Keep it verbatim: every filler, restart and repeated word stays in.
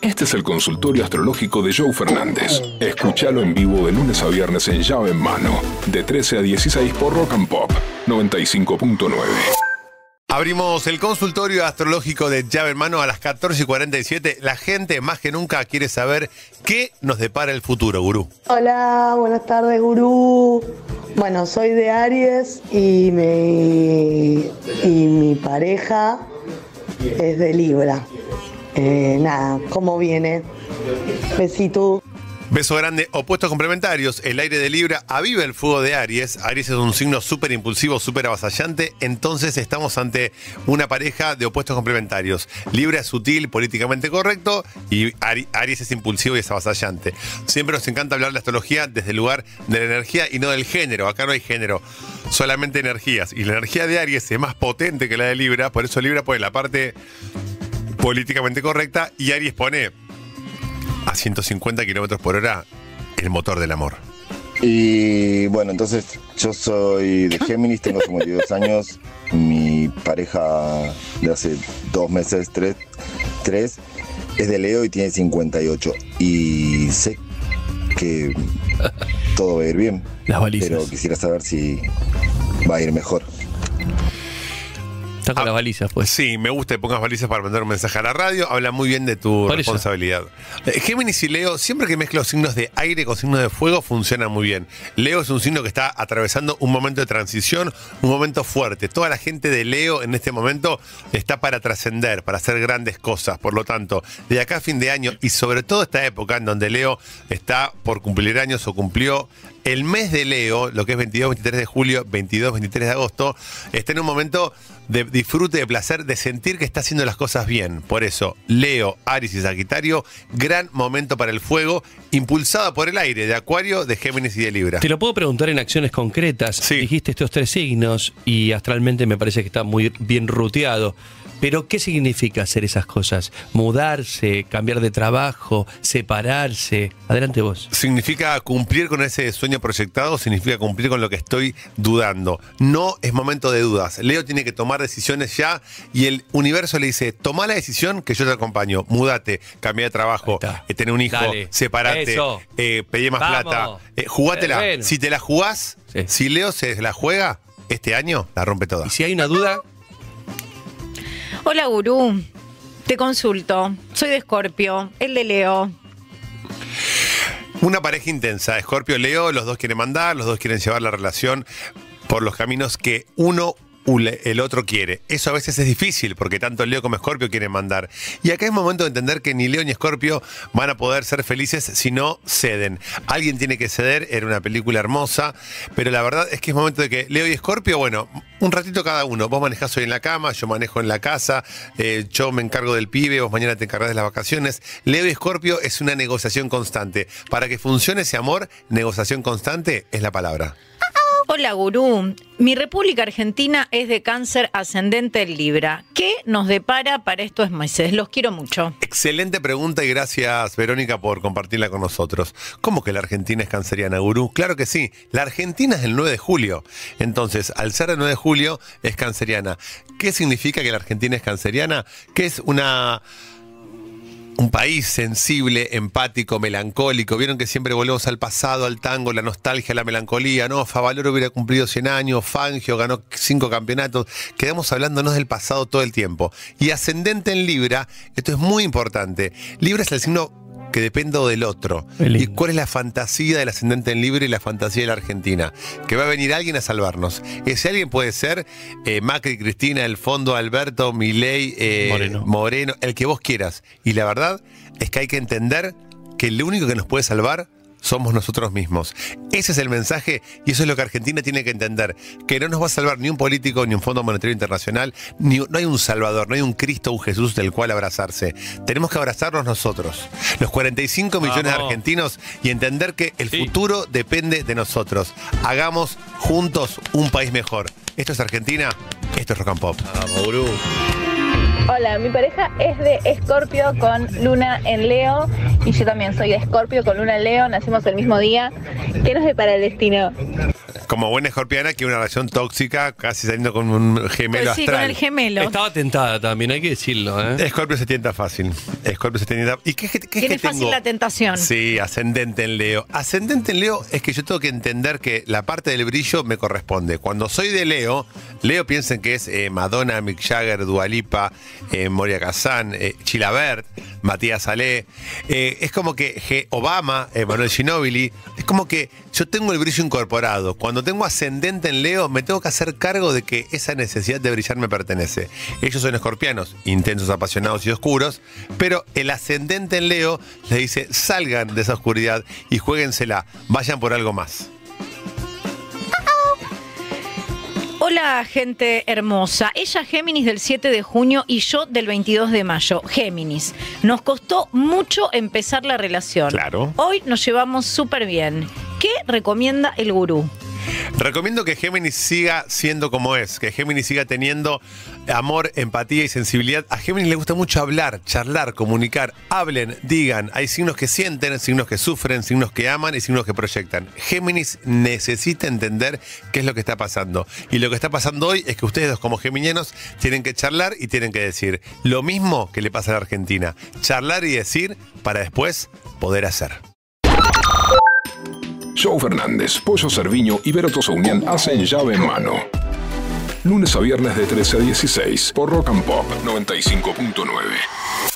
Este es el consultorio astrológico de Joe Fernández. Escúchalo en vivo de lunes a viernes en Llave en Mano, de trece a dieciséis por Rock and Pop noventa y cinco punto nueve. Abrimos el consultorio astrológico de Llave en Mano a las catorce y cuarenta y siete. La gente más que nunca quiere saber qué nos depara el futuro, gurú. Hola, buenas tardes, gurú. Bueno, soy de Aries y mi, y mi pareja es de Libra. Eh, nada, ¿cómo viene? Besito. Beso grande, opuestos complementarios. El aire de Libra aviva el fuego de Aries. Aries es un signo súper impulsivo, súper avasallante. Entonces estamos ante una pareja de opuestos complementarios. Libra es sutil, políticamente correcto, y Aries es impulsivo y es avasallante. Siempre nos encanta hablar de astrología desde el lugar de la energía y no del género. Acá no hay género, solamente energías. Y la energía de Aries es más potente que la de Libra, por eso Libra pone la parte políticamente correcta y Aries pone a ciento cincuenta kilómetros por hora el motor del amor. Y bueno, entonces yo soy de Géminis, tengo cincuenta y dos años, mi pareja de hace dos meses, tres, tres, es de Leo y tiene cincuenta y ocho. Y sé que todo va a ir bien, las balizas, pero quisiera saber si va a ir mejor. Está con ah, las balizas, pues. Sí, me gusta que pongas balizas para mandar un mensaje a la radio. Habla muy bien de tu Por responsabilidad. Eh, Géminis y Leo, siempre que mezclo signos de aire con signos de fuego, funciona muy bien. Leo es un signo que está atravesando un momento de transición, un momento fuerte. Toda la gente de Leo en este momento está para trascender, para hacer grandes cosas. Por lo tanto, de acá a fin de año, y sobre todo esta época en donde Leo está por cumplir años o cumplió, el mes de Leo, lo que es veintidós, veintitrés de julio, veintidós, veintitrés de agosto, está en un momento de disfrute, de placer, de sentir que está haciendo las cosas bien. Por eso, Leo, Aries y Sagitario, gran momento para el fuego, impulsado por el aire de Acuario, de Géminis y de Libra. Te lo puedo preguntar en acciones concretas. Sí. Dijiste estos tres signos y astralmente me parece que está muy bien ruteado. Pero, ¿qué significa hacer esas cosas? Mudarse, cambiar de trabajo, separarse. Adelante vos. Significa cumplir con ese sueño proyectado, significa cumplir con lo que estoy dudando. No es momento de dudas. Leo tiene que tomar decisiones ya y el universo le dice, toma la decisión que yo te acompaño. Múdate, cambia de trabajo, eh, tener un hijo, Dale. separate, eh, pedí más Vamos. plata. Eh, jugátela. Bueno. Si te la jugás, sí. si Leo se la juega, este año la rompe toda. Y si hay una duda... Hola, gurú. Te consulto. Soy de Escorpio, el de Leo. Una pareja intensa. Escorpio, Leo, los dos quieren mandar, los dos quieren llevar la relación por los caminos que uno el otro quiere. Eso a veces es difícil porque tanto Leo como Escorpio quieren mandar. Y acá es momento de entender que ni Leo ni Escorpio van a poder ser felices si no ceden. Alguien tiene que ceder, era una película hermosa, pero la verdad es que es momento de que Leo y Escorpio, bueno, un ratito cada uno. Vos manejás hoy en la cama, yo manejo en la casa, eh, yo me encargo del pibe, vos mañana te encargás de las vacaciones. Leo y Escorpio es una negociación constante. Para que funcione ese amor, negociación constante es la palabra. Hola, gurú. Mi República Argentina es de Cáncer ascendente en Libra. ¿Qué nos depara para estos meses? Los quiero mucho. Excelente pregunta y gracias, Verónica, por compartirla con nosotros. ¿Cómo que la Argentina es canceriana, gurú? Claro que sí. La Argentina es del nueve de julio. Entonces, al ser el nueve de julio, es canceriana. ¿Qué significa que la Argentina es canceriana? Que es una... un país sensible, empático, melancólico. Vieron que siempre volvemos al pasado, al tango, la nostalgia, la melancolía. No, Favaloro hubiera cumplido cien años, Fangio ganó cinco campeonatos. Quedamos hablándonos del pasado todo el tiempo. Y ascendente en Libra, esto es muy importante. Libra es el signo que dependo del otro. ¿Y cuál es la fantasía del ascendente en Libra y la fantasía de la Argentina? Que va a venir alguien a salvarnos. Ese alguien puede ser eh, Macri, Cristina, El Fondo, Alberto, Milei, eh, Moreno. Moreno, el que vos quieras. Y la verdad es que hay que entender que lo único que nos puede salvar somos nosotros mismos. Ese es el mensaje y eso es lo que Argentina tiene que entender, que no nos va a salvar ni un político, ni un Fondo Monetario Internacional, ni, no hay un Salvador, no hay un Cristo, un Jesús del cual abrazarse. Tenemos que abrazarnos nosotros, los cuarenta y cinco millones Vamos. de argentinos, y entender que el sí. futuro depende de nosotros. Hagamos juntos un país mejor. Esto es Argentina, esto es Rock and Pop. Vamos, gurú. Hola, mi pareja es de Escorpio con Luna en Leo y yo también soy de Escorpio con Luna en Leo, nacimos el mismo día. ¿Qué nos depara el destino? Como buena escorpiana, que una relación tóxica, casi saliendo con un gemelo Pues sí, astral. con el gemelo. Estaba tentada también, hay que decirlo, ¿eh? Escorpio se tienta fácil. Escorpio se tienta. ¿Y qué, qué, qué Tiene es que fácil tengo? la tentación. Sí, ascendente en Leo. Ascendente en Leo es que yo tengo que entender que la parte del brillo me corresponde. Cuando soy de Leo, Leo piensen que es eh, Madonna, Mick Jagger, Dua Lipa, eh, Moria Kazan, eh, Chilabert, Matías Salé. Eh, es como que je, Obama, eh, Manuel Ginóbili. Es como que yo tengo el brillo incorporado. Cuando tengo ascendente en Leo, me tengo que hacer cargo de que esa necesidad de brillar me pertenece. Ellos son escorpianos, intensos, apasionados y oscuros, pero el ascendente en Leo les dice, salgan de esa oscuridad y juéguensela, vayan por algo más. Hola, gente hermosa. Ella Géminis del siete de junio y yo del veintidós de mayo. Géminis. Nos costó mucho empezar la relación. Claro. Hoy nos llevamos súper bien. ¿Qué recomienda el gurú? Recomiendo que Géminis siga siendo como es, que Géminis siga teniendo amor, empatía y sensibilidad. A Géminis le gusta mucho hablar, charlar, comunicar. Hablen, digan. Hay signos que sienten, signos que sufren, signos que aman y signos que proyectan. Géminis necesita entender qué es lo que está pasando. Y lo que está pasando hoy es que ustedes dos como geminianos tienen que charlar y tienen que decir lo mismo que le pasa a la Argentina. Charlar y decir para después poder hacer. Joe Fernández, Pollo Cerviño y Vero Tosaunian hacen llave en mano. Lunes a viernes de trece a dieciséis por Rock and Pop noventa y cinco punto nueve.